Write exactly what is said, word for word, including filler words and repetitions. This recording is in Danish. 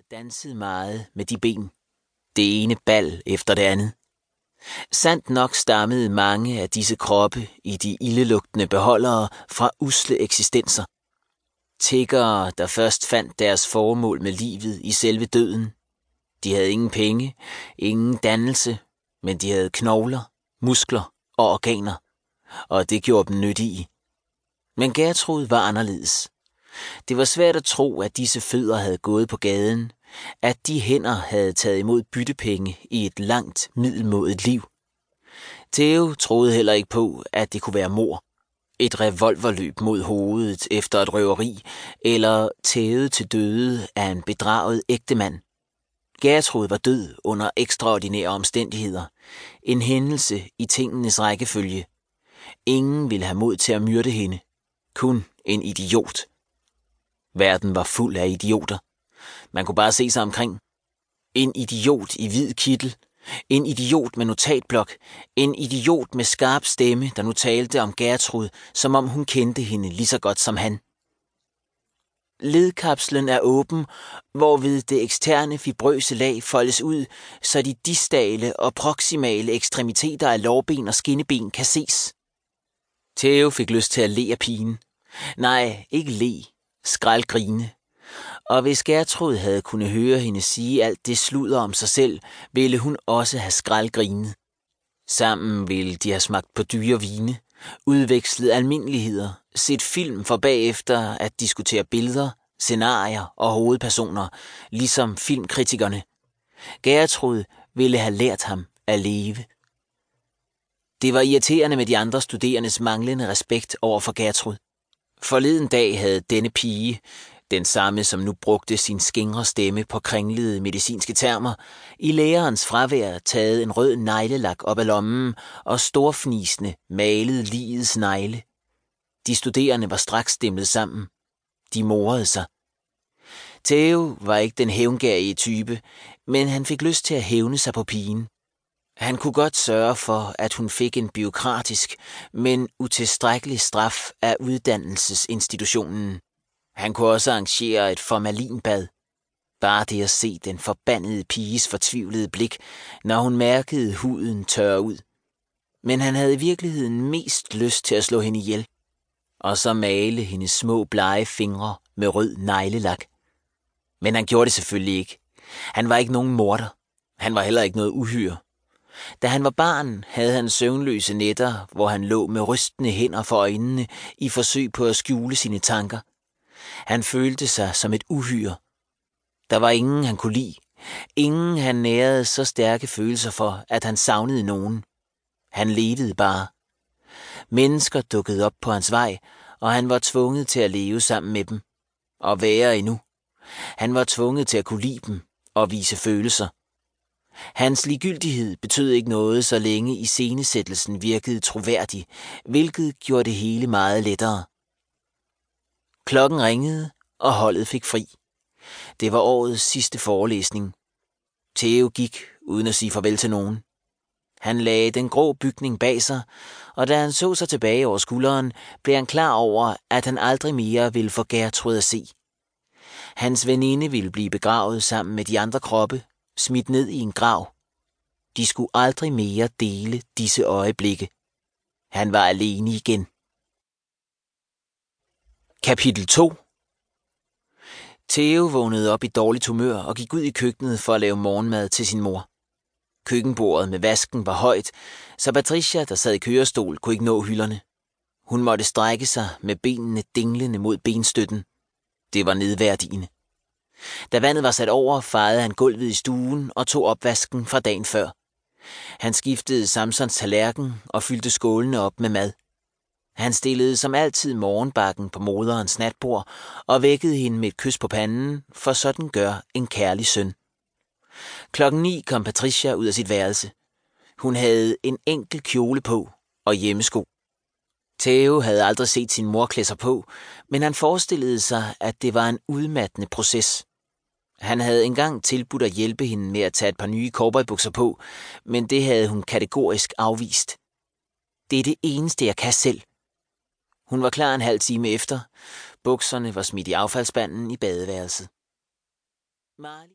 dansede meget med de ben, det ene bal efter det andet. Sandt nok stammede mange af disse kroppe i de ildelugtende beholdere fra usle eksistenser. Tiggere, der først fandt deres formål med livet i selve døden. De havde ingen penge, ingen dannelse, men de havde knogler, muskler og organer, og det gjorde dem nyttige. Men Gertrud var anderledes. Det var svært at tro, at disse fødder havde gået på gaden, at de hænder havde taget imod byttepenge i et langt, middelmådigt liv. Theo troede heller ikke på, at det kunne være mord, et revolverløb mod hovedet efter et røveri, eller tævet til døde af en bedraget ægtemand. Gertrud var død under ekstraordinære omstændigheder, en hændelse i tingenes rækkefølge. Ingen ville have mod til at myrde hende, kun en idiot. Verden var fuld af idioter. Man kunne bare se sig omkring. En idiot i hvid kittel, en idiot med notatblok, en idiot med skarp stemme, der nu talte om Gertrud, som om hun kendte hende lige så godt som han. Ledkapslen er åben, hvorved det eksterne fibrøse lag foldes ud, så de distale og proximale ekstremiteter af lårben og skinneben kan ses. Theo fik lyst til at le af pigen. Nej, ikke le, skraldgrine. Og hvis Gertrud havde kunnet høre hende sige alt det sludder om sig selv, ville hun også have skraldgrinet. Sammen ville de have smagt på dyre vine, udvekslet almindeligheder, set film for bagefter at diskutere billeder, scenarier og hovedpersoner, ligesom filmkritikerne. Gertrud ville have lært ham at leve. Det var irriterende med de andre studerendes manglende respekt over for Gertrud. Forleden dag havde denne pige, den samme som nu brugte sin skingre stemme på kringlede medicinske termer, i lærerens fravær taget en rød neglelak op af lommen og storfnisende malet ligets negle. De studerende var straks stemlet sammen. De morede sig. Theo var ikke den hævngærige type, men han fik lyst til at hævne sig på pigen. Han kunne godt sørge for, at hun fik en bureaukratisk, men utilstrækkelig straf af uddannelsesinstitutionen. Han kunne også arrangere et formalinbad. Bare det at se den forbandede piges fortvivlede blik, når hun mærkede huden tørre ud. Men han havde i virkeligheden mest lyst til at slå hende ihjel, og så male hendes små blege fingre med rød neglelak. Men han gjorde det selvfølgelig ikke. Han var ikke nogen morder. Han var heller ikke noget uhyre. Da han var barn, havde han søvnløse nætter, hvor han lå med rystende hænder for øjnene i forsøg på at skjule sine tanker. Han følte sig som et uhyre. Der var ingen, han kunne lide. Ingen, han nærede så stærke følelser for, at han savnede nogen. Han levede bare. Mennesker dukkede op på hans vej, og han var tvunget til at leve sammen med dem. Og være endnu. Han var tvunget til at kunne lide dem og vise følelser. Hans ligegyldighed betød ikke noget, så længe iscenesættelsen virkede troværdig, hvilket gjorde det hele meget lettere. Klokken ringede, og holdet fik fri. Det var årets sidste forelæsning. Theo gik, uden at sige farvel til nogen. Han lagde den grå bygning bag sig, og da han så sig tilbage over skulderen, blev han klar over, at han aldrig mere ville få Gertrud at se. Hans veninde ville blive begravet sammen med de andre kroppe, smidt ned i en grav. De skulle aldrig mere dele disse øjeblikke. Han var alene igen. Kapitel to. Theo vågnede op i dårligt humør og gik ud i køkkenet for at lave morgenmad til sin mor. Køkkenbordet med vasken var højt, så Patricia, der sad i kørestol, kunne ikke nå hylderne. Hun måtte strække sig med benene dinglende mod benstøtten. Det var nedværdigende. Da vandet var sat over, fejede han gulvet i stuen og tog opvasken fra dagen før. Han skiftede Samsons tallerken og fyldte skålene op med mad. Han stillede som altid morgenbakken på moderens natbord og vækkede hende med et kys på panden, for sådan gør en kærlig søn. Klokken ni kom Patricia ud af sit værelse. Hun havde en enkel kjole på og hjemmesko. Theo havde aldrig set sin mor klæde sig på, men han forestillede sig, at det var en udmattende proces. Han havde engang tilbudt at hjælpe hende med at tage et par nye cowboybukser på, men det havde hun kategorisk afvist. Det er det eneste, jeg kan selv. Hun var klar en halv time efter. Bukserne var smidt i affaldsspanden i badeværelset. Marley